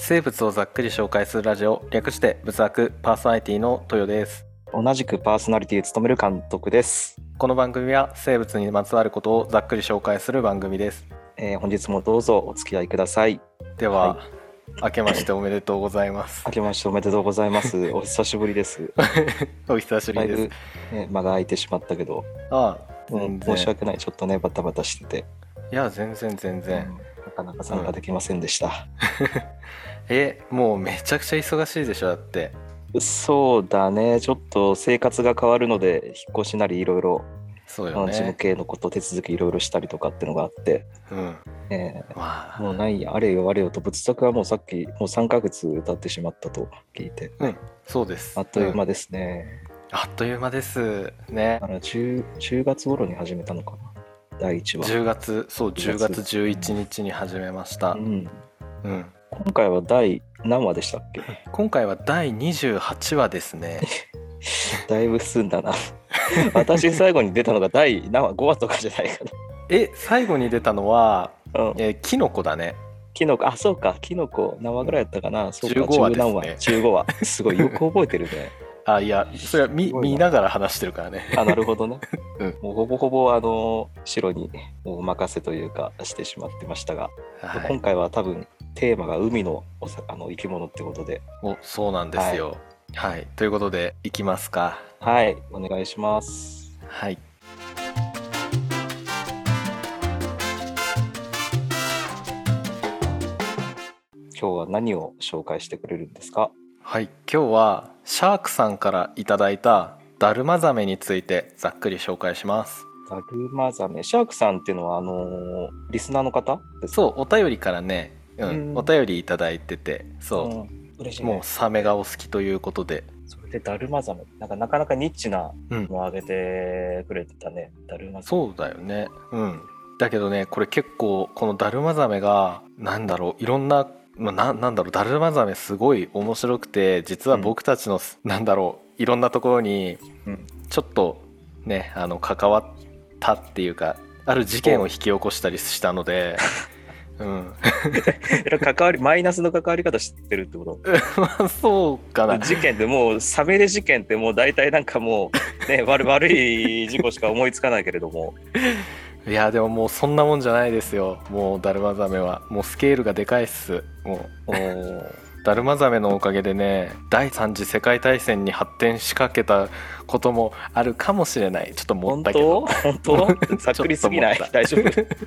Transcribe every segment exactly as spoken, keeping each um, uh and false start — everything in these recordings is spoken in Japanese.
生物をざっくり紹介するラジオ、略して物学、パーソナリティの豊です。 同じくパーソナリティを務める監督です。 この番組は生物にまつわることをざっくり紹介する番組です。 えー、本日もどうぞお付き合いください。 では、 はい明けましておめでとうございます。 明けましておめでとうございます。お久しぶりです。 お久しぶりです。 だいぶ、ね、間が空いてしまったけど、 ああ、 うん、申し訳ない。ちょっとねバタバタしてて、 いや全然全然、 うん、なかなか参加できませんでした。 うん、えもうめちゃくちゃ忙しいでしょ。だってそうだね、ちょっと生活が変わるので引っ越しなりいろいろそうよね、 事務系のこと手続きいろいろしたりとかっていうのがあって、 うんえーまあ、 もうないやあれよあれよと物作はもうさっきもうさんかげつ経ってしまったと聞いて、 うん、そうです。 あっという間ですね、 うん、あっという間ですね。 あの 10, 10月頃に始めたのかな、だいいちわ。 じゅうがつ、そうじゅうがつじゅういちにちに始めました。 うんうん、 今回は第何話でしたっけ？ 今回はだいにじゅうはちわですね。 だいぶ進んだな。私最後に出たのが第何話ごわとかじゃないかな。 え最後に出たのは、 うん、 えー、キノコだね。 キノコ、あ、そうか、キノコ何話ぐらいやったかな。そうか、 じゅうごわですね。 じゅう何話、じゅうごわ。すごいよく覚えてるね。 あ、いや、それは 見, 見ながら話してるからね。 あ、なるほどね。 うん、 もうほぼほぼあの白にもうお任せというかしてしまってましたが、はい、今回は多分テーマが海のおさあの生き物ってことで。 お、そうなんですよ。はい、はい、ということでいきますか。 はい、お願いします。 はい。 今日は何を紹介してくれるんですか？ はい、今日はシャークさんからいただいたダルマザメについてざっくり紹介します。 ダルマザメ、シャークさんっていうのはあのー、リスナーの方ですか？ そう、お便りからね、うん、お便りいただいてて、そう、うん、 嬉しいね。 もうサメがお好きということで。 それでダルマザメ、なんかなかなかニッチなのをあげてくれてたね、うん、ダルマザメ。 そうだよね。うん。だけどね、これ結構このダルマザメがなんだろう、いろんなな, なんだろうダルマザメすごい面白くて、実は僕たちの、うん、なんだろういろんなところにちょっとね、あの関わったっていうか、ある事件を引き起こしたりしたので、うん、 関わりマイナスの関わり方知ってるってこと？ まあそうかな。 事件ってもうサメレ事件ってもう大体なんかもうね悪悪い事故しか思いつかないけれども。 いやでももうそんなもんじゃないですよ。もうダルマザメはもうスケールがでかいっす。もうダルマザメのおかげでね、第三次世界大戦に発展しかけたこともあるかもしれない。ちょっと思ったけど。 本当？本当？ざっくりすぎない？大丈夫？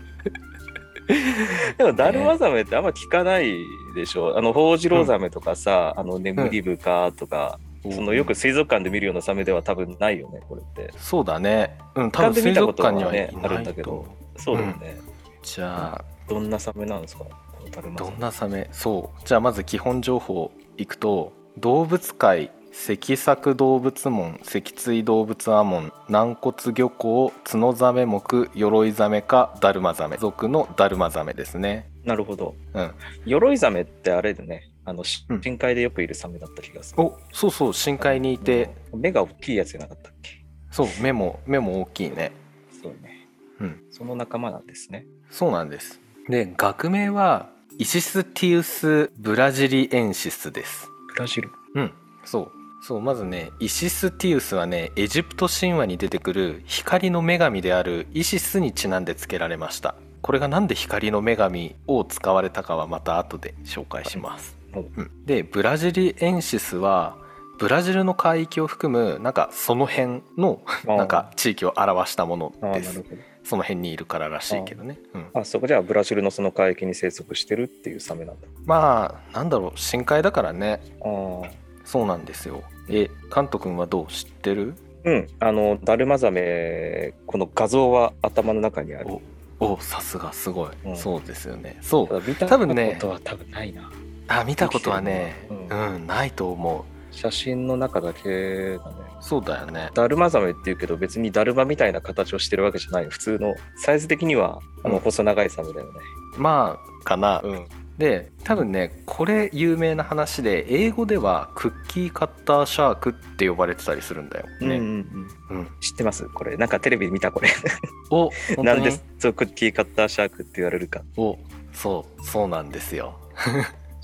でもダルマザメってあんま聞かないでしょ。あのホウジロザメとかさ、うん、あのネムリブカとか、うん、そのよく水族館で見るようなサメでは多分ないよね、これって。 そうだね。うん、多分水族館にはいないと、 ね、あるんだけど。そうだよね。 うん、じゃあどんなサメなんですか？ どんなサメ？そうじゃあまず基本情報いくと、動物界脊索動物門、脊椎動物亜門、軟骨魚行、角ザメ目、鎧ザメかダルマザメ属のダルマザメですね。 なるほど、 うん、 鎧ザメってあれでね、あの深海でよくいるサメだった気がする、 うん、おそうそう、深海にいて目が大きいやつじゃなかったっけ？ そう、目も目も大きいね。 そうね、 うん、 その仲間なんですね。 そうなんです。で学名はイシスティウス・ブラジリエンシスです。 ブラジル？ うんそうそう、まずね、イシスティウスはね、エジプト神話に出てくる光の女神であるイシスにちなんで付けられました。これがなんで光の女神を使われたかはまた後で紹介します、はい、うん、でブラジリエンシスはブラジルの海域を含むなんかその辺のなんか地域を表したものです。その辺にいるかららしいけどね。 あ、うん、あそこじゃあブラジルのその海域に生息してるっていうサメなんだ。 まあなんだろう、深海だからね。あ、そうなんですよ。え、カント君はどう知ってる？ うん、あのダルマザメ、この画像は頭の中にある。 おお、さすがすごい、うん、そうですよね。そう、 見たことは多分ないな。 あ、見たことはね、うん、うん、ないと思う。 写真の中だけだね。 そうだよね。 ダルマザメっていうけど別にダルマみたいな形をしてるわけじゃない。普通のサイズ的にはあの細長いサメだよね、 うん、まあかな、うん、で多分ね、これ有名な話で英語ではクッキーカッターシャークって呼ばれてたりするんだよね。うんうんうんうん、知ってます？これなんかテレビで見たこれ。 お、 なんでそうクッキーカッターシャークって言われるか。 お、そうそうなんですよ。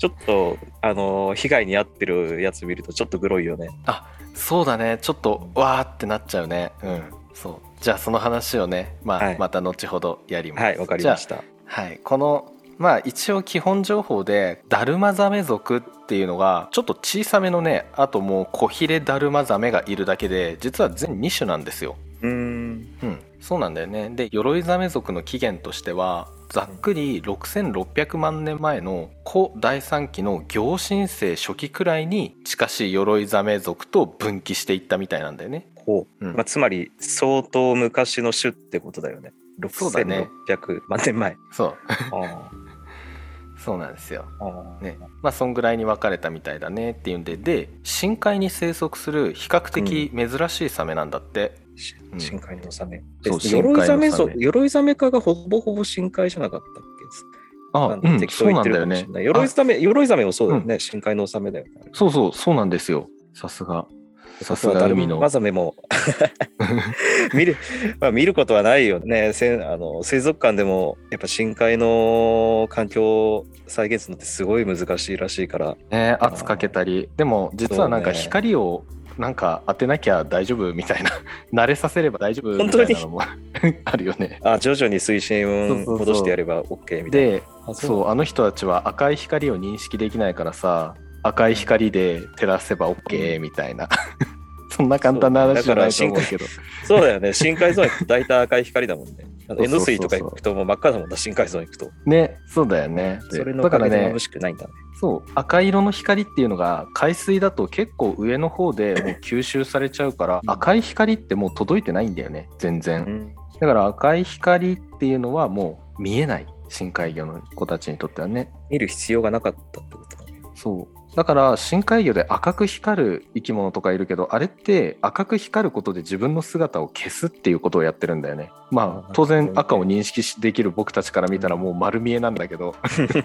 ちょっとあの被害に遭ってるやつ見るとちょっとグロいよね。 あ、そうだね、ちょっとわーってなっちゃうね。うん、そう。じゃあその話をね、まあ、 はい、 また後ほどやります。 はい、わかりました。 はい、このまあ一応基本情報でダルマザメ属っていうのがちょっと小さめのね、あともうコヒレダルマザメがいるだけで実は全に種なんですよ。 うーん、 うん、そうなんだよね。で鎧ザメ属の起源としてはざっくりろくせんろっぴゃくまんねんまえの古第三紀の行神世初期くらいに近しい鎧ザメ属と分岐していったみたいなんだよね。 ほう、 うん、 まあ、つまり相当昔の種ってことだよね。ろくせんろっぴゃくまんねんまえ。 そうあそうなんですよ。 あ、 ね、まあそんぐらいに分かれたみたいだねっていうんで、で深海に生息する比較的珍しいサメなんだって。 うん、深海のサメ。 そう、 鎧ザメぞ、鎧ザメ科がほぼほぼ深海じゃなかったっけ？ あ、うん、そうなんだよね。 鎧ザメ、鎧ザメもそうだよね。深海のサメだよね。 そうそう、そうなんですよ。さすが。さすが海の。 ダルマザメも見る、まあ、見ることはないよね。せあの水族館でもやっぱ深海の環境を再現するのってすごい難しいらしいから。 ね、圧かけたり。でも実はなんか光をなんか当てなきゃ大丈夫みたいな慣れさせれば大丈夫みたいなのもあるよね。 あ、徐々に水深戻してやれば OK みたいな。 で、そう、あの人たちは赤い光を認識できないからさ、赤い光で照らせば OK みたいな、うん、そんな簡単な話じゃないと思うけど。 そうだよね。深海ゾーン行くと大体赤い光だもんね。江ノ水とか行くともう真っ赤だもんな、深海ゾーン行くと。 ね、そうだよね。 それのおかげで眩しくないんだね。 そう、赤色の光っていうのが海水だと結構上の方でもう吸収されちゃうから赤い光ってもう届いてないんだよね、全然、うん、だから赤い光っていうのはもう見えない、深海魚の子たちにとってはね。 見る必要がなかったってことだね。 そうだから深海魚で赤く光る生き物とかいるけど、あれって赤く光ることで自分の姿を消すっていうことをやってるんだよね。まあ当然赤を認識できる僕たちから見たらもう丸見えなんだけど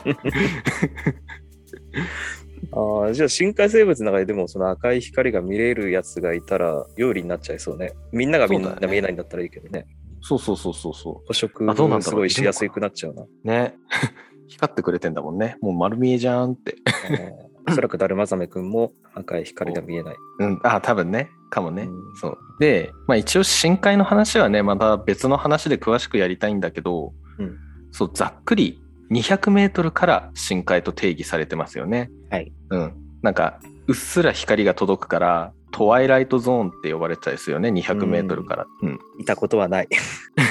あ、じゃあ深海生物の中ででもその赤い光が見れるやつがいたら有利になっちゃいそうね。みんながみんな見えないんだったらいいけどね。 そうそうそうそうそう。 捕食すごいしやすくなっちゃうな。 ね光ってくれてんだもんね。もう丸見えじゃんっておそらくダルマザメくんも赤い光が見えない。 うん、あ、多分ね、かもね。うん、そうで、まあ一応深海の話はね、また別の話で詳しくやりたいんだけど、うん、そうざっくりにひゃくメートルから深海と定義されてますよね。 はい。 うん。なんかうっすら光が届くからトワイライトゾーンって呼ばれてたですよね。にひゃくメートルから。うん。うん、 見たことはない。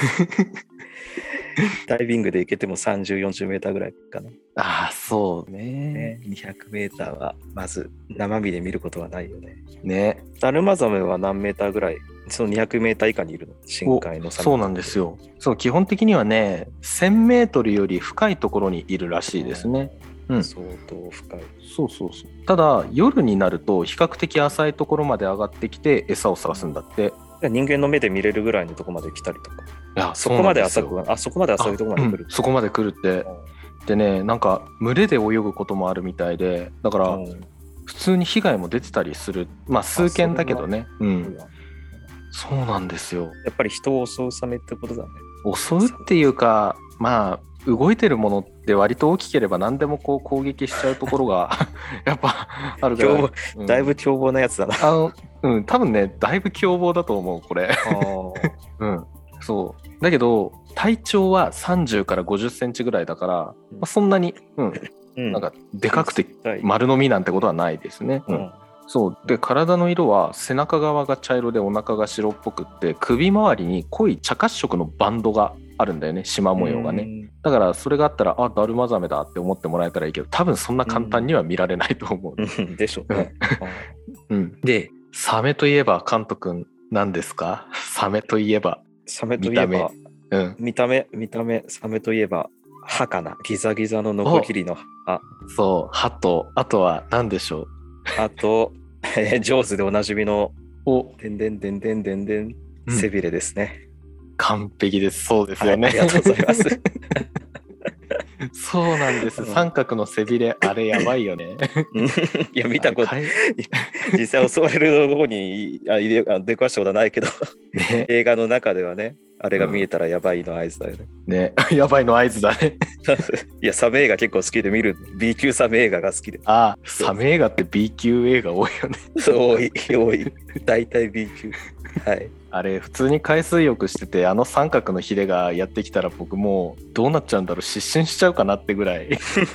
ダイビングで行けてもさんじゅう、よんじゅうメーターぐらいかな。 ああ、そうね。 ね、にひゃくメーターはまず生身で見ることはないよね。 ね。 ダルマザメは何メーターぐらい、そのにひゃくメーター以下にいるの？深海のサメ。 そうなんですよ。そう、基本的にはね、せんメートルより深いところにいるらしいですね。うん、 相当深い。 そうそうそう。ただ夜になると比較的浅いところまで上がってきて餌を探すんだって。 人間の目で見れるぐらいのところまで来たりとか。いや、そこまで浅く、あ、そこまで浅いところまで来る、 うん、そこまで来るって。でね、なんか群れで泳ぐこともあるみたいで、だから普通に被害も出てたりする。まあ数件だけどね。うん。そうなんですよ。 やっぱり人を襲うサメってことだね。 襲うっていうか、まあ動いてるものって割と大きければ何でもこう攻撃しちゃうところがやっぱあるから、 うん、だいぶ凶暴なやつだな。 あの、うん、多分ね、だいぶ凶暴だと思うこれ。うん、そうだけど体長はさんじゅうからごじゅっセンチぐらいだから、まあ、そんなに、うんうん、なんかでかくて丸飲みなんてことはないですね。うんうん、そうで、体の色は背中側が茶色でお腹が白っぽくって、首周りに濃い茶褐色のバンドがあるんだよね、縞模様がね。だからそれがあったら、あ、ダルマザメだって思ってもらえたらいいけど、多分そんな簡単には見られないと思う。 うん、でしょうね。 うん、で、サメといえばカント君何ですか？サメといえば。 サメといえば、うん、見た目、見た目、サメといえば歯かな。ギザギザのノコギリの歯。 そう、歯と、あとは何でしょう。 あと、えー、ジョーズでおなじみの、お、でんでんでんでんでんでん、背びれですね。 うん、完璧です。そうですよね。 はい、ありがとうございます。 そうなんです。三角の背びれ、あれやばいよね。 いや、見たこと、実際襲われるところに出くわしたことはないけど、ね、映画の中ではね。 あれが見えたらやばいの合図だよね。 ね、やばいの合図だね。 いや、サメ映画結構好きで見る。B 級サメ映画が好きで。 ああ、サメ映画って B 級映画多いよね。 そう、多い、多い。大体 B 級。はい。 あれ、普通に海水浴してて、あの三角のヒレがやってきたら僕もうどうなっちゃうんだろう、失神しちゃうかなってぐらい。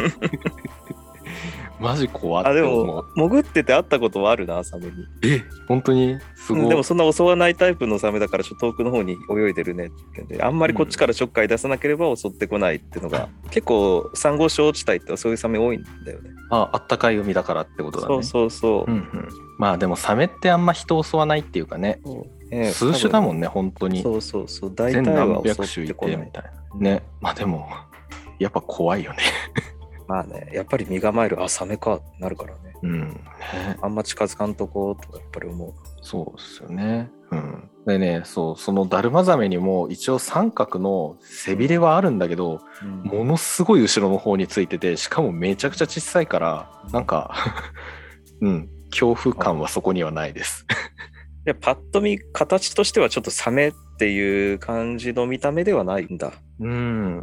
マジ怖って思う。 あ、でも、潜ってて会ったことはあるな、サメに。 え、本当にすごい、 うん、でもそんな襲わないタイプのサメだからちょっと遠くの方に泳いでるねってで、あんまりこっちからちょっかい出さなければ襲ってこないっていうのが、うん、結構サンゴ礁地帯ってそういうサメ多いんだよね。 あ、あったかい海だからってことだね。 そうそうそう、 うんうん、まあでもサメってあんま人を襲わないっていうかね、ね、数種だもんね本当に。 そうそうそう、大体は襲ってこないみたいなね。まあでもやっぱ怖いよね。 まあね、やっぱり身構える、あ、サメかってなるからね。うん、ね、あんま近づかんとこうとかやっぱり思う。 そうですよね。うん。でね、そう、そのダルマザメにも一応三角の背びれはあるんだけど、うん、ものすごい後ろの方についてて、しかもめちゃくちゃ小さいから、なんか、うん、恐怖感はそこにはないです。 いや、パッと見形としてはちょっとサメっていう感じの見た目ではないんだ。 うん、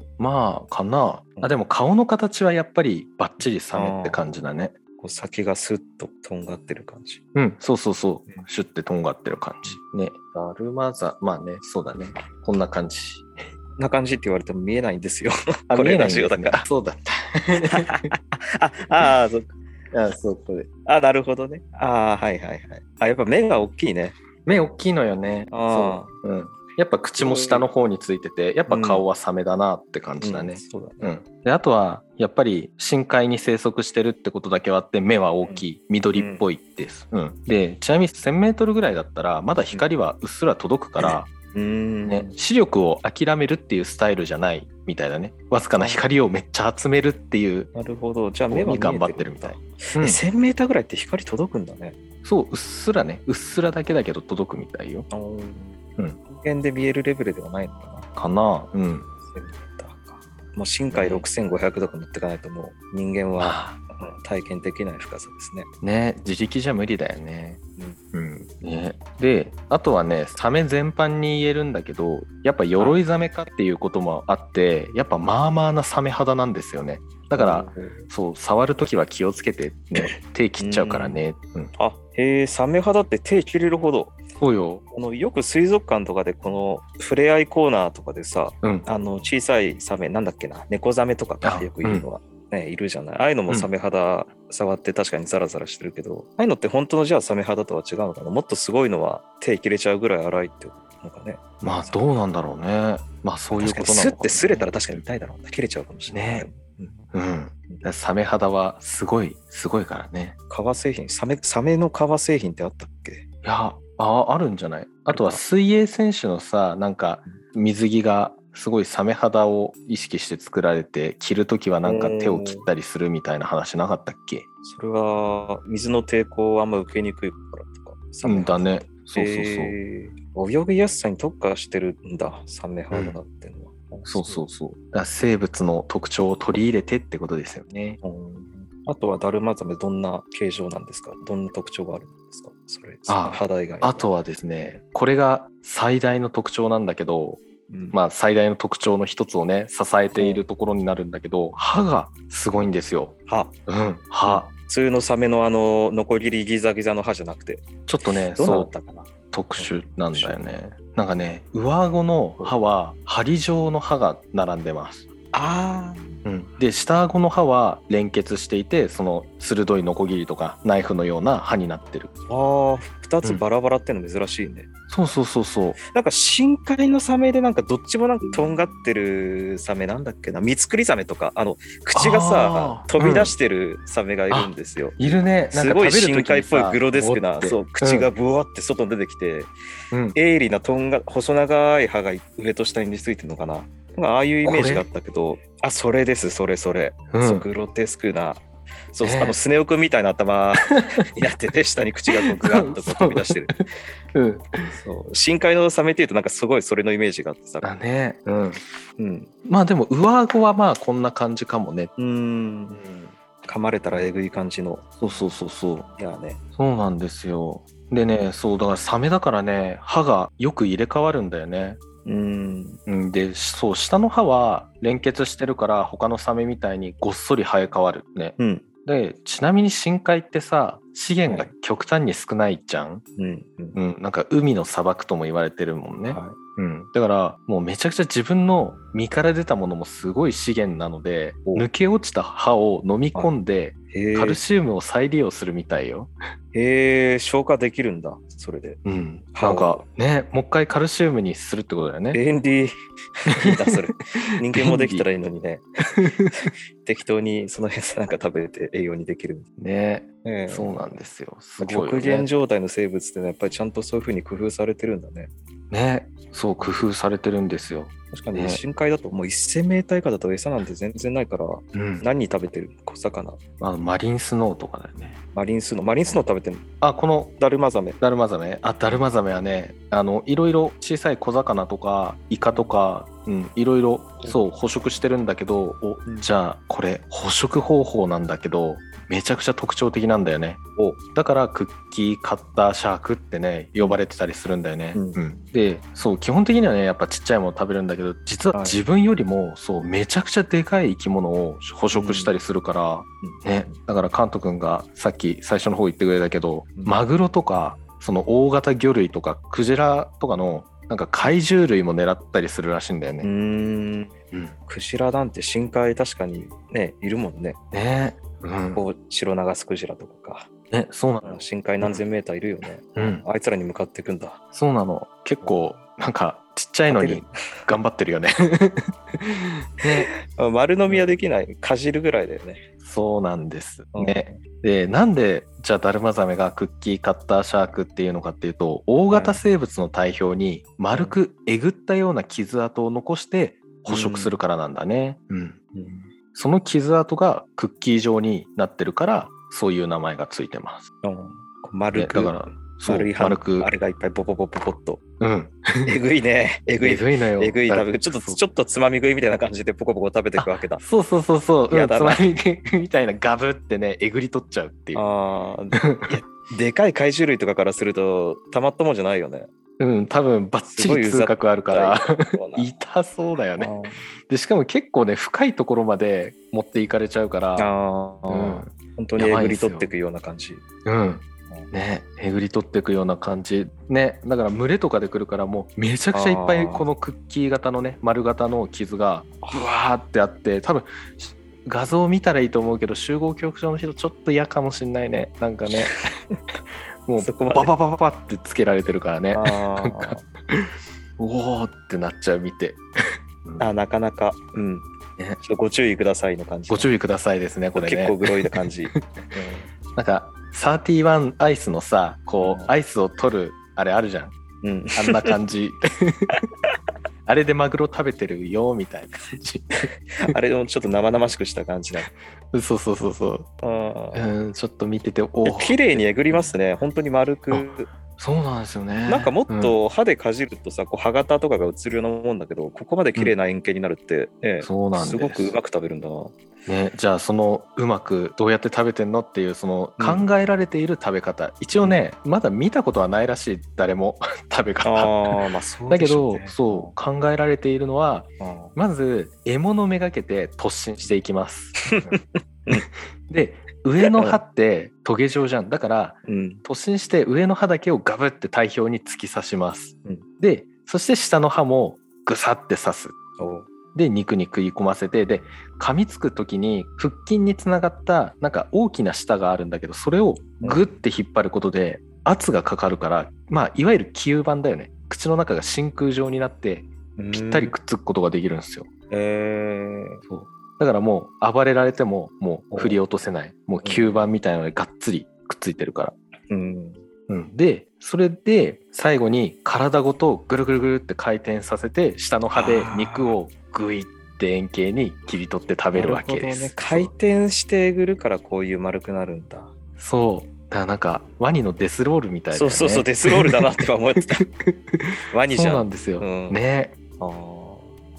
まあかな。あ、でも顔の形はやっぱりバッチリサメって感じだね。 こう先がスッととんがってる感じ。 うん、そうそうそう、シュッてとんがってる感じね。ダルマザ、まあね、そうだね、こんな感じ。 こんな感じって言われても見えないんですよ。 あ、 これラジオだから。 そうだった。 ああ、そっか。 あ、そうこれ。 あ、なるほどね。ああ、はいはいはい。あ、やっぱ目が大きいね。 目大きいのよね。 ああ、 そう、うん。やっぱ口も下の方についてて、やっぱ顔はサメだなって感じだね。 うんうん、そうだね。 うん。で、あとはやっぱり深海に生息してるってことだけはあって、目は大きい、緑っぽいです。うん。うん、で、ちなみにせんメートルぐらいだったらまだ光はうっすら届くから。 うんね、視力を諦めるっていうスタイルじゃないみたいだね。わずかな光をめっちゃ集めるっていう。 なるほど。じゃあ目は頑張ってるみたい。 うん、せんメーターぐらいって光届くんだね。 そう、うっすらね、うっすらだけだけど届くみたいよ。 うん。人間で見えるレベルではないのかな。 かな。うん。 せんメーターか。もう深海ろくせんごひゃくとか乗っていかないともう人間は体験できない深さですね。 ね、自力じゃ無理だよね。うん。うんね、で、あとはね、サメ全般に言えるんだけど、やっぱ鎧ザメかっていうこともあって、やっぱまあまあなサメ肌なんですよね。だから、そう、触るときは気をつけてね、手切っちゃうからね。うん、 あ、へえ、サメ肌って手切れるほど。 そうよ。 あのよく水族館とかでこの触れ合いコーナーとかでさ、うん、あの小さいサメなんだっけな、猫ザメとかってよく言うのは、うん、ね、いるじゃない。ああいうのもサメ肌触って確かにザラザラしてるけど、うん、ああいうのって本当のじゃあサメ肌とは違うのかな。もっとすごいのは手切れちゃうぐらい粗いってのかね。 まあどうなんだろうね。まあそういうことなのか、ね。 スッて擦れたら確かに痛いだろうね。切れちゃうかもしれない。ね、 うん。うん、サメ肌はすごいすごいからね。 革製品、サメサメの革製品ってあったっけ？ いや。あ, あるんじゃない？あとは水泳選手のさ、なんか水着がすごいサメ肌を意識して作られて、着るときはなんか手を切ったりするみたいな話なかったっけ？ それは水の抵抗をあんま受けにくいからとか。 サメ肌だね。そうそうそう、えー、泳ぎやすさに特化してるんだ、サメ肌だっていうのは、 うん、そうそうそう。だから生物の特徴を取り入れてってことですよね。 うん、あとはダルマザメどんな形状なんですか？どんな特徴があるんですか？それ、その肌以外。 あとはですね、これが最大の特徴なんだけど、うん、まあ最大の特徴の一つをね支えているところになるんだけど、うん、歯がすごいんですよ。 歯、 うん、歯。 普通のサメのあのノコギリギザギザの歯じゃなくて、 ちょっとね、 どうなったかな。 特殊なんだよね。なんかね、上顎の歯は針状の歯が並んでます。 ああ。 うん、で下顎の歯は連結していて、その鋭いノコギリとかナイフのような歯になってる。 ああ、ふたつバラバラっての珍しいね、 うん、そうそうそうそう。 なんか深海のサメでなんかどっちもなんかとんがってるサメなんだっけな、ミツクリザメとか、あの口がさ飛び出してるサメがいるんですよ、 うん、いるね。 なんかすごい深海っぽいグロデスクな、そう口がブワって外に出てきて、うん、鋭利なとんが細長い歯が上と下についてるのかな。ああいうイメージがあったけど、あ、それです、それそれ、うん、そうグロテスクな、そう、ね、あのスネ夫くんみたいな頭になってて、下に口がこうグワッとこう飛び出してる。うん、そう深海のサメっていうとなんかすごいそれのイメージがあってさ。 だね。うん。うん。まあでも上顎はまあこんな感じかもね。 うん。うん噛まれたらえぐい感じの。 そうそうそうそう。 いやね。 そうなんですよ。でね、そうだからサメだからね、歯がよく入れ替わるんだよね。 うん、 うん、でそう下の歯は連結してるから他のサメみたいにごっそり生え変わるね、 うん、 でちなみに深海ってさ資源が極端に少ないじゃん、 うんうん、なんか海の砂漠とも言われてるもんね、 はいうん、だからもうめちゃくちゃ自分の身から出たものもすごい資源なので抜け落ちた歯を飲み込んでカルシウムを再利用するみたいよ。 へえ、消化できるんだそれで。 うん、なんかねもう一回カルシウムにするってことだよね。 便利。いいなそれ。人間もできたらいいのにね。適当にその辺なんか食べて栄養にできるね、 えー、 そうなんですよ。すごいよね。 極限状態の生物ってのはやっぱりちゃんとそういう風に工夫されてるんだね。 ね、そう工夫されてるんですよ。 確かに、ね、深海だともうせんメーター以下だと餌なんて全然ないから、うん、何食べてる小魚？ あマリンスノーとかだよね。 マリンスノーマリンスノー食べてるの？ あこのダルマザメ。 ダルマザメあダルマザメはねあのいろいろ小さい小魚とかイカとか、うん、いろいろそう捕食してるんだけどお、うん、じゃあこれ捕食方法なんだけどめちゃくちゃ特徴的なんだよね。おだからクッキーカッターシャークってね呼ばれてたりするんだよね、うんうん、でそう基本的にはねやっぱちっちゃいもの食べるんだけど実は自分よりもそうめちゃくちゃでかい生き物を捕食したりするから、うんね、だからカント君がさっき最初の方言ってくれたけど、うん、マグロとかその大型魚類とかクジラとかのなんか怪獣類も狙ったりするらしいんだよね。うーん、 うん、クジラなんて深海確かにねいるもんね。 ねうん、 こう白長スクジラとかか。 ね、そうなの。 深海何千メーターいるよね、うん、あいつらに向かっていくんだ。 そうなの。結構なんかちっちゃいのに頑張ってるよね。 ね丸飲みはできない。かじるぐらいだよね。 そうなんですね、うん、でなんでじゃあダルマザメがクッキーカッターシャークっていうのかっていうと大型生物の体表に丸くえぐったような傷跡を残して捕食するからなんだね、うんうんうん、その傷跡がクッキー状になってるからそういう名前がついてます、 うん、丸くだから丸い丸くあれがいっぱいポポポポポッと。 うん。 えぐいね。えぐい。 えぐいのよ。 えぐい食べちょっとちょっとつまみ食いみたいな感じでポコポコ食べていくわけだ。 そうそうそうそう。うん、つまみ食いみたいなガブってねえぐり取っちゃうっていう。ああ。でかい怪獣類とかからするとたまったもんじゃないよね。 うん多分バッチリ痛覚あるから痛そうだよね。でしかも結構ね深いところまで持っていかれちゃうから。ああ、 うん。本当にえぐり取っていくような感じ。 うん。ね、えぐり取っていくような感じね。だから群れとかで来るからもうめちゃくちゃいっぱいこのクッキー型のね丸型の傷がブワーってあって多分画像見たらいいと思うけど集合恐怖症の人ちょっと嫌かもしんないね。なんかねもうバババババってつけられてるからねなんかおーってなっちゃう見てあなかなかうんね、ちょっとご注意くださいの感じ。 ご注意くださいですねこれね。 結構グロいな感じ、うん、 なんかサーティワンアイスのさこう、うん、アイスを取るあれあるじゃん、うん、あんな感じあれでマグロ食べてるよみたいな感じあれをちょっと生々しくした感じだ。 そうそうそうそうあ、うん、ちょっと見ててお綺麗にえぐりますね本当に丸く。 そうなんですよね。 なんかもっと歯でかじるとさ、うん、こう歯型とかが映るようなもんだけどここまで綺麗な円形になるって、うんね、そうなんです。すごくうまく食べるんだな、 ね、じゃあそのうまくどうやって食べてんのっていうその考えられている食べ方、うん、一応ねまだ見たことはないらしい誰も食べ方あ、まあそうでしょうね、だけどそう考えられているのは、うん、まず獲物めがけて突進していきますで上の歯ってトゲ状じゃん。だから、うん、突進して上の歯だけをガブって体表に突き刺します、うん、でそして下の歯もグサって刺す。で肉に食い込ませてで噛みつく時に腹筋につながったなんか大きな舌があるんだけどそれをグッて引っ張ることで圧がかかるから、まあいわゆる吸盤だよね。口の中が真空状になってぴったりくっつくことができるんですよ。へー。そうだからもう暴れられてももう振り落とせない。もう吸盤みたいなのでがっつりくっついてるから。うんうん、でそれで最後に体ごとぐるぐるぐるって回転させて下の歯で肉をグイって円形に切り取って食べるわけです。 ね、回転してえぐるからこういう丸くなるんだ。 そうだからなんかワニのデスロールみたいな、ね、 そうそうそうデスロールだなって思ってたワニじゃん。 そうなんですよ、うん、ねあ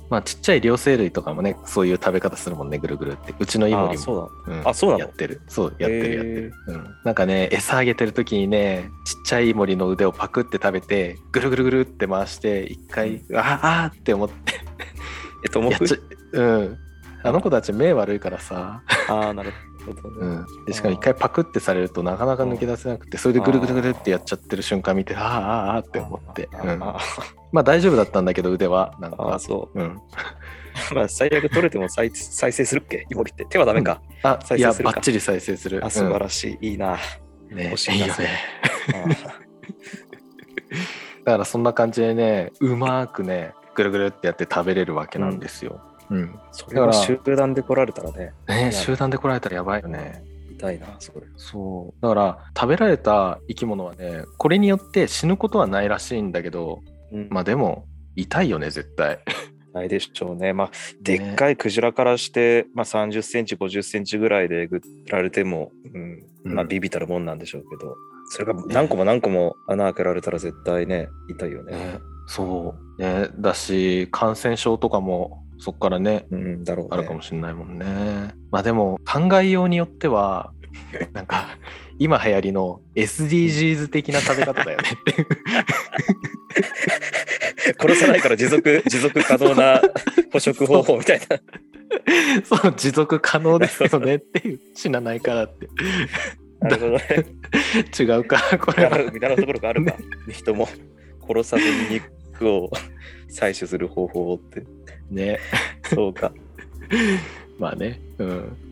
まあちっちゃい両生類とかもねそういう食べ方するもんね、ぐるぐるって。うちのイモリもあそうだ、 うん、 あそうなのやってる。そうやってるやってる、うん、なんかね餌あげてる時にねちっちゃいイモリの腕をパクって食べてぐるぐるぐるって回して一回、うん、あーって思ってえっともううんあの子たち目悪いからさああなるほど、ねうん、でしかも一回パクってされるとなかなか抜け出せなくて、それでぐるぐるぐるってやっちゃってる瞬間見てあーあーあーって思って、うん、まあ大丈夫だったんだけど腕はなんかあそう、 うんまあ最悪取れても 再, 再生するっけイモリって手はダメか、 うん、あ再生するかいやバッチリ再生する。 あ素晴らしい、うん、いいなね欲しいな、いいよねだからそんな感じでねうまくねぐるぐるってやって食べれるわけなんですよ、うんうん、 それが集団で来られたらねね集団で来られたらやばいよね。 痛いなそれ。 そうだから食べられた生き物はねこれによって死ぬことはないらしいんだけど、うん、まあでも痛いよね絶対ないでしょうね。まあでっかいクジラからして、ねまあ、さんじゅっセンチごじゅっセンチぐらいでぐられても、うんまあ、ビビたるもんなんでしょうけど、うん、それが何個も何個も穴開けられたら絶対ね痛いよね。ねそうねだし感染症とかもそこからね、 うんだろうね、 あるかもしれないもんね。まあでも考えようによってはなんか今流行りの エスディージーズ 的な食べ方だよねっていう殺さないから持続持続可能な捕食方法みたいなそう持続可能ですよねっていう死なないからってなるほどね違うかこれはみたいなところがあるか、ね、人も殺さずに肉を採取する方法ってねそうかまあね、うん、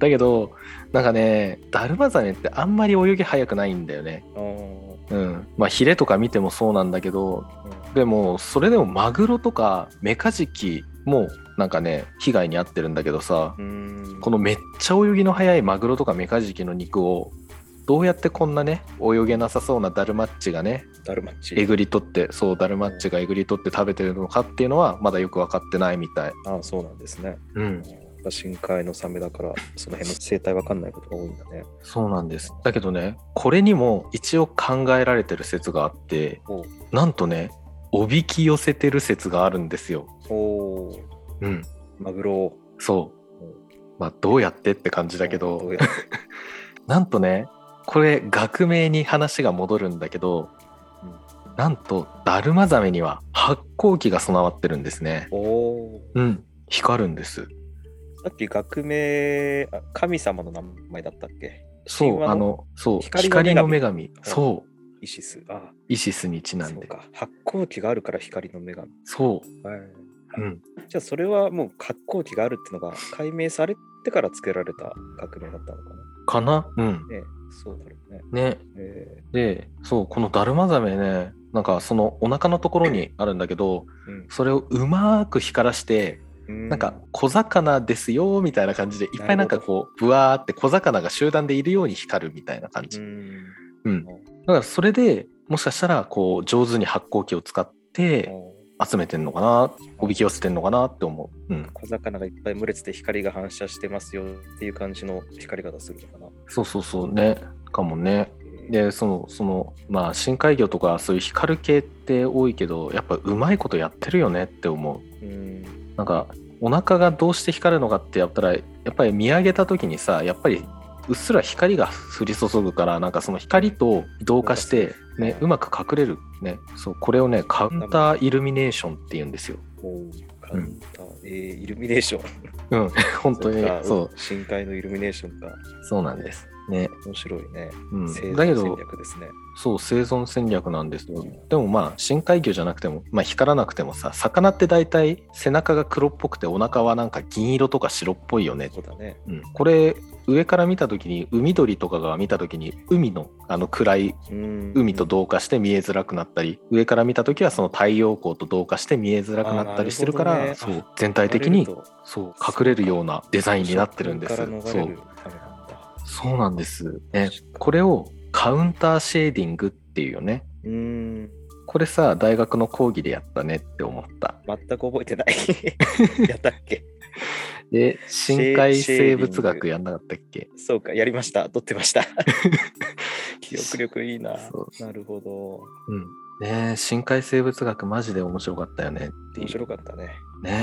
だけどなんかねダルマザメってあんまり泳ぎ早くないんだよね。うん、まあヒレとか見てもそうなんだけど、うん、でもそれでもマグロとかメカジキもなんかね被害に遭ってるんだけどさ、うんこのめっちゃ泳ぎの速いマグロとかメカジキの肉をどうやってこんなね泳げなさそうなダルマッチがねダルマッチえぐり取ってそうダルマッチがえぐり取って食べてるのかっていうのはまだよく分かってないみたい。 ああそうなんですね。 うん深海のサメだからその辺の生態わかんないことが多いんだね。 そうなんです。だけどねこれにも一応考えられてる説があってなんとねおびき寄せてる説があるんですよ。 おー、 うん、 マグロそうまあどうやってって感じだけどなんとねこれ学名に話が戻るんだけど、うん、なんとダルマザメには発光器が備わってるんですね。 おー、 うん、光るんです。 さっき学名神様の名前だったっけ？ そうあのそう光の女神、そうイシスあイシスにちなんで。 そうか発光器があるから光の女神。 そう、 はいうん、 じゃあそれはもう発光器があるっていうのが解明されてから付けられた学名だったのかなかな。うんねそうだろうね。 ね、 えー、でそうこのダルマザメねなんかそのお腹のところにあるんだけど、うん、それをうまく光らしてなんか小魚ですよみたいな感じでいっぱいなんかこうブワーって小魚が集団でいるように光るみたいな感じ。うん、うん、だからそれでもしかしたらこう上手に発光器を使って集めてんのかなおびき寄せてんのかなって思う、うん、 小魚がいっぱい群れてて光が反射してますよっていう感じの光り方するのかな。 そうそうそうねかもね。でそのそのまあ深海魚とかそういう光る系って多いけどやっぱうまいことやってるよねって思う。うんなんかお腹がどうして光るのかってやったらやっぱり見上げた時にさやっぱりうっすら光が降り注ぐからなんかその光と同化してねうまく隠れるねそうこれをねカウンターイルミネーションって言うんですよ。 カウンター、うん、えー、イルミネーションうん本当にそうそう深海のイルミネーションかそうなんですね面白いね、 うん、 生存戦略ですね。 そう生存戦略なんですよ、うん、でもまあ深海魚じゃなくても、まあ、光らなくてもさ魚って大体背中が黒っぽくてお腹はなんか銀色とか白っぽいよね。 そうだね、 うん、これ上から見た時に海鳥とかが見た時に海のあの暗い海と同化して見えづらくなったり上から見た時はその太陽光と同化して見えづらくなったりしてるから、ね、そう全体的にそう隠れるようなデザインになってるんです。そうそうなんです、ね、これをカウンターシェーディングっていうよね。うーんこれさ大学の講義でやったねって思った。 全く覚えてないやったっけで深海生物学やんなかったっけ。 そうかやりました撮ってました記憶力いいな。なるほど、 うんね、深海生物学マジで面白かったよねっていう。 面白かったね。 ね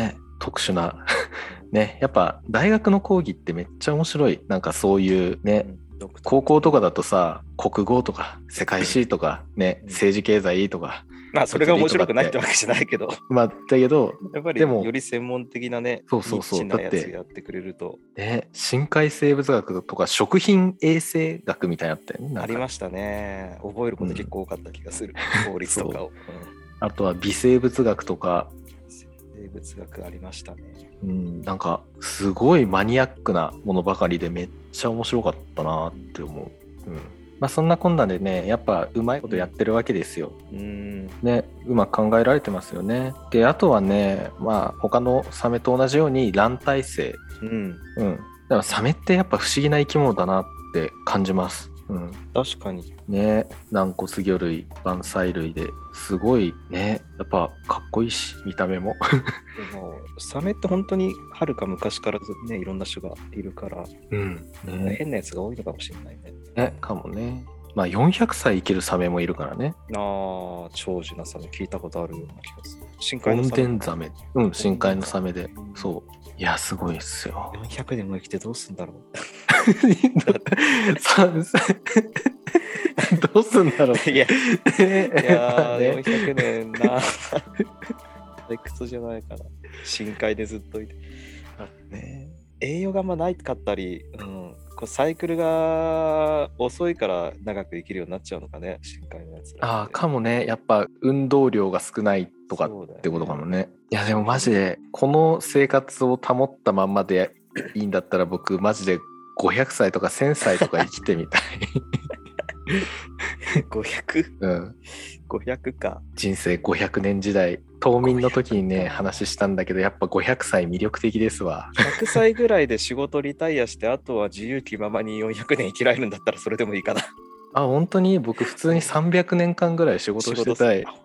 特殊なね、やっぱ大学の講義ってめっちゃ面白い。なんかそういうね、うん、高校とかだとさ、国語とか世界史とかね、うん、政治経済とか、 まあそれが面白くないってわけじゃないけど、 まあだけどやっぱりより専門的なね、 そうそうそう、 ニッチなやつやってくれるとね、深海生物学とか食品衛生学みたいなのあったよね。 ありましたね。覚えること結構多かった気がする。うん、法律とかを、うん、 あとは微生物学とか。 生物学ありましたね。 うん、なんかすごいマニアックなものばかりでめっちゃ面白かったなって思う。うん、まあそんなこんなでね、やっぱうまいことやってるわけですよ。うん、ね、うまく考えられてますよね。で、あとはね、まあ他のサメと同じように卵胎生。うん、うん。だからサメってやっぱ不思議な生き物だなって感じます。うん、 確かにね、軟骨魚類、晩菜類ですごいね、やっぱかっこいいし、見た目も。 でもサメって本当にはるか昔からね、いろんな種がいるから、うんね、変なやつが多いのかもしれないね。 ね、かもね。まあよんひゃくさい生きるサメもいるからね。 ああ、長寿なサメ聞いたことあるような気がする。 深海のサメ。オンデンザメ。うん、深海のサメで。そう。いや、すごいっすよ。 よんひゃくねんも生きてどうすんだろう。 どうすんだろう。 いや、いや、ね、よんひゃくねんな。理屈じゃないから。深海でずっといて。ね、栄養があんまないかったり、うん、こうサイクルが遅いから長く生きるようになっちゃうのかね、深海のやつら。 ああ、かもね。やっぱ運動量が少ないとかってことかもね。ね、いや、でもマジで、この生活を保ったまんまでいいんだったら僕、マジでごひゃくさいとかせんさいとか生きてみたい。 ごひゃく? うん。 ごひゃくか。 人生ごひゃくねん時代、冬眠の時にね、話したんだけど、やっぱごひゃくさい魅力的ですわ。 ひゃくさいぐらいで仕事リタイアして、あとは自由気ままによんひゃくねん生きられるんだったらそれでもいいかな。 あ、本当に僕普通にさんびゃくねんかんぐらい仕事してたい。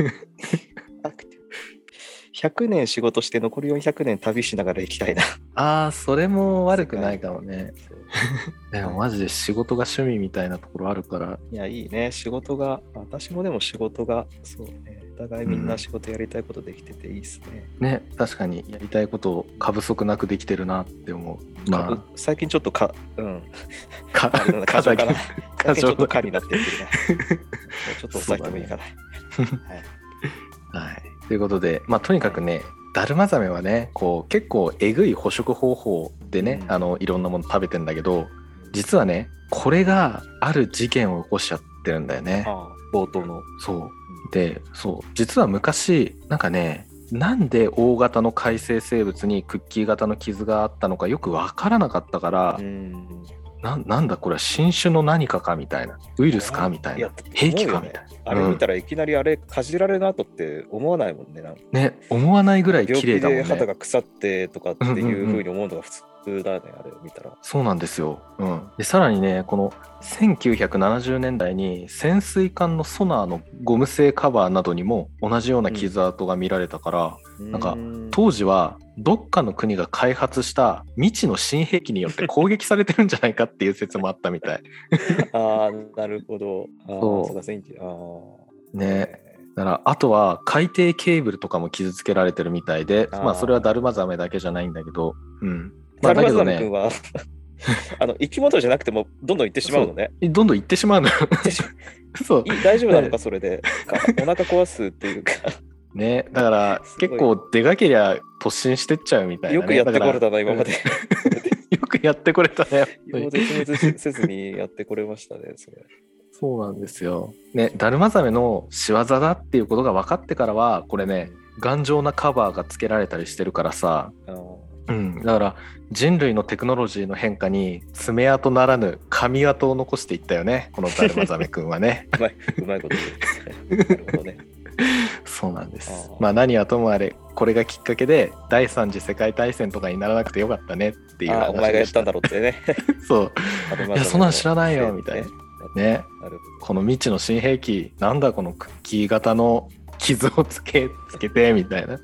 ひゃくねん仕事して残りよんひゃくねん旅しながら生きたいな。 ああ、それも悪くないかもね。でもマジで仕事が趣味みたいなところあるから。 いや、いいね。仕事が、私もでも仕事が、そうね。お互いみんな仕事やりたいことできてていいっすね。 うん、ね、確かにやりたいことを過不足なくできてるなって思う。まあ、 最近ちょっとか、うん。 か、 過剰かな。過剰ちょっとかになってるけどね。ちょっと抑えてもいいかな。ね、 はい。はい。ということで、まあとにかくね、ダルマザメはね、こう結構えぐい捕食方法でね、うん、あのいろんなもの食べてんだけど、実はね、これがある事件を起こしちゃってるんだよね。 ああ、冒頭の。 そう。で、そう。実は昔、なんかね、なんで大型の海生生物にクッキー型の傷があったのかよくわからなかったから、うん、な, なんだこれは新種の何かかみたいな、ウイルスかみたいな、兵器かみたいな。 あれ見たらいきなりあれかじられるなとって思わないもんね。なんかね、思わないぐらい綺麗だもんね。 病気で肌が腐ってとかっていう風に思うのが普通だね、あれを見たら。 そうなんですよ。うん。でさらにね、このせんきゅうひゃくななじゅうねんだいに潜水艦のソナーのゴム製カバーなどにも同じような傷跡が見られたから、うん、なんか当時はどっかの国が開発した未知の新兵器によって攻撃されてるんじゃないかっていう説もあったみたい。 ああ、なるほど。 そう。 そうあね。だからあとは海底ケーブルとかも傷つけられてるみたいで、あまあそれはダルマザメだけじゃないんだけど、うん。 まあ、ダルマザメ君は、ね、あの生き物じゃなくてもどんどん行ってしまうのね。 どんどん行ってしまうのよ。 そう。大丈夫なのかそれで。お腹壊すっていうか。 ね、だから結構出かけりゃ突進してっちゃうみたいな、ね、 よくやってこれたな今まで。よくやってこれたね。 絶滅せずにやってこれましたねそれ。 そうなんですよ。ね、ダルマザメの仕業だっていうことが分かってからはこれね、頑丈なカバーが付けられたりしてるからさ、うん、だから人類のテクノロジーの変化に爪痕ならぬ髪跡を残していったよね、このダルマザメくんはね。 うまい、うまいこと言う。なるほどね。 そうなんです。まあ何はともあれこれがきっかけで第三次世界大戦とかにならなくてよかったねっていう話でした。 あ、お前がやったんだろうってね。 そう。いやそんなん知らないよみたいな。ね。この未知の新兵器なんだこのクッキー型の傷をつけつけてみたいな。ちょっ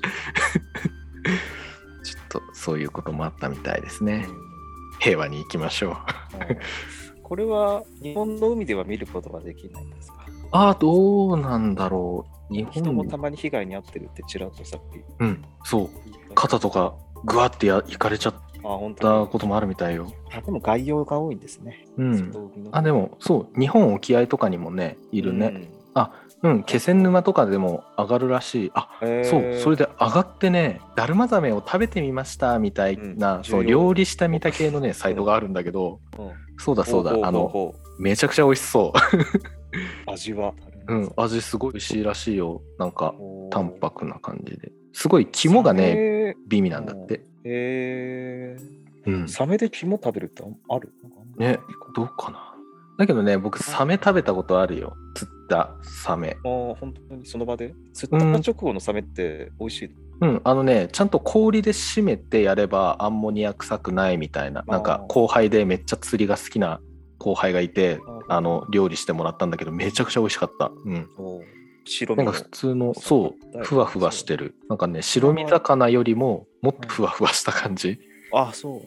とそういうこともあったみたいですね。平和に行きましょう。 これは日本の海では見ることができないんですか？ ああ、どうなんだろう。 日本人もたまに被害に遭ってるってちらっとさっき。 うん、そう。 肩とかグワってやいかれちゃったこともあるみたいよ。 あ、でも外洋が多いんですね。 うん。あ、でもそう日本沖合とかにもねいるね。うん、あ、うん、気仙沼とかでも上がるらしい。あ、そう、それで上がってね、だるまザメを食べてみましたみたいな、うん、そう料理したみた系のねサイトがあるんだけど、うん、そうだそうだ、あのめちゃくちゃ美味しそう味は、 うん、味すごい美味しいらしいよ。なんか淡白な感じですごい肝がね美味なんだって。 へえ、うん、サメで肝食べるってあるね、どうかな。だけどね、僕サメ食べたことあるよ。釣ったサメ。 ああ、本当にその場で釣った直後のサメって美味しい、 うん、うん、あのね、ちゃんと氷で締めてやればアンモニア臭くないみたいな。なんか後輩でめっちゃ釣りが好きな後輩がいて、あの料理してもらったんだけどめちゃくちゃ美味しかった。うん。 白身なんか普通のそうふわふわしてる。なんかね、白身魚よりももっとふわふわした感じ。 ああ、そう。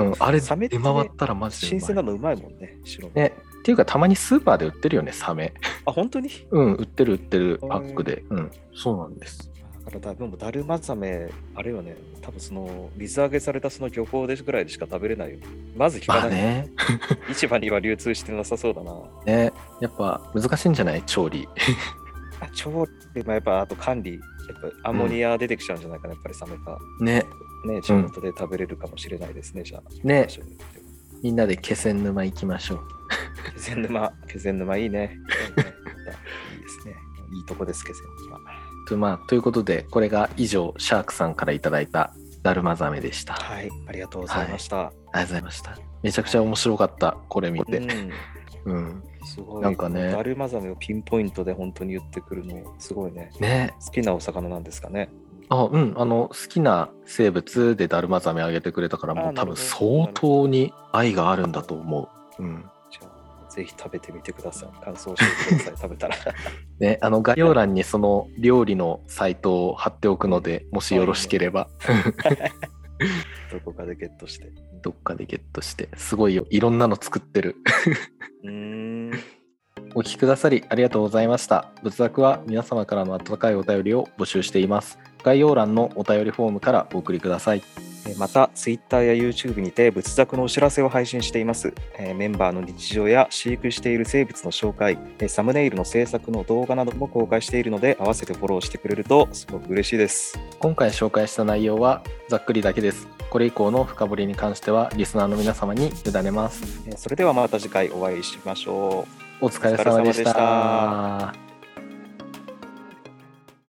うん、あれ出回ったらマジで新鮮なのうまいもんね、白身。 ね、っていうかたまにスーパーで売ってるよね、サメ。 あ、本当に？ うん、売ってる売ってるパックで。うん、そうなんです。 だから多分だるまザメあれよね、多分その水揚げされたその漁港でぐらいでしか食べれないよ。まず聞かない。まあね、市場には流通してなさそうだな。 ね、やっぱ難しいんじゃない？調理。 あ、調理もやっぱあと管理、やっぱアンモニア出てきちゃうんじゃないかな、やっぱりサメか。 ね。 ね、地元で食べれるかもしれないですね、うん、じゃあ。 ね。みんなで気仙沼行きましょう。 気仙沼、気仙沼いいね。いいですね。いいとこです、気仙沼。 と, まあ、ということで、これが以上、シャークさんからいただいただるまザメでした。 はい、ありがとうございました。はい、 ありがとうございました。めちゃくちゃ面白かった、これ見て。うんうん、 すごい。 なんかね、 だるまザメをピンポイントで本当に言ってくるのすごいね。 ね、 好きなお魚なんですかね。 あ、うん、あの好きな生物でだるまザメあげてくれたから、もう多分相当に愛があるんだと思う。うん。 じゃあぜひ食べてみてください。感想を教えてください。食べたら。 ね、あの概要欄にその料理のサイトを貼っておくので、もしよろしければ。 どこかでゲットして。 どっかでゲットして、すごいよ、いろんなの作ってる。 うーん。 お聞きくださりありがとうございました。仏作は皆様からの温かいお便りを募集しています。概要欄のお便りフォームからお送りください。 また Twitter や YouTube にて仏作のお知らせを配信しています。メンバーの日常や飼育している生物の紹介、サムネイルの制作の動画なども公開しているので、合わせてフォローしてくれるとすごく嬉しいです。 今回紹介した内容はざっくりだけです。これ以降の深掘りに関してはリスナーの皆様に委ねます。 それではまた次回お会いしましょう。お疲れ様でした。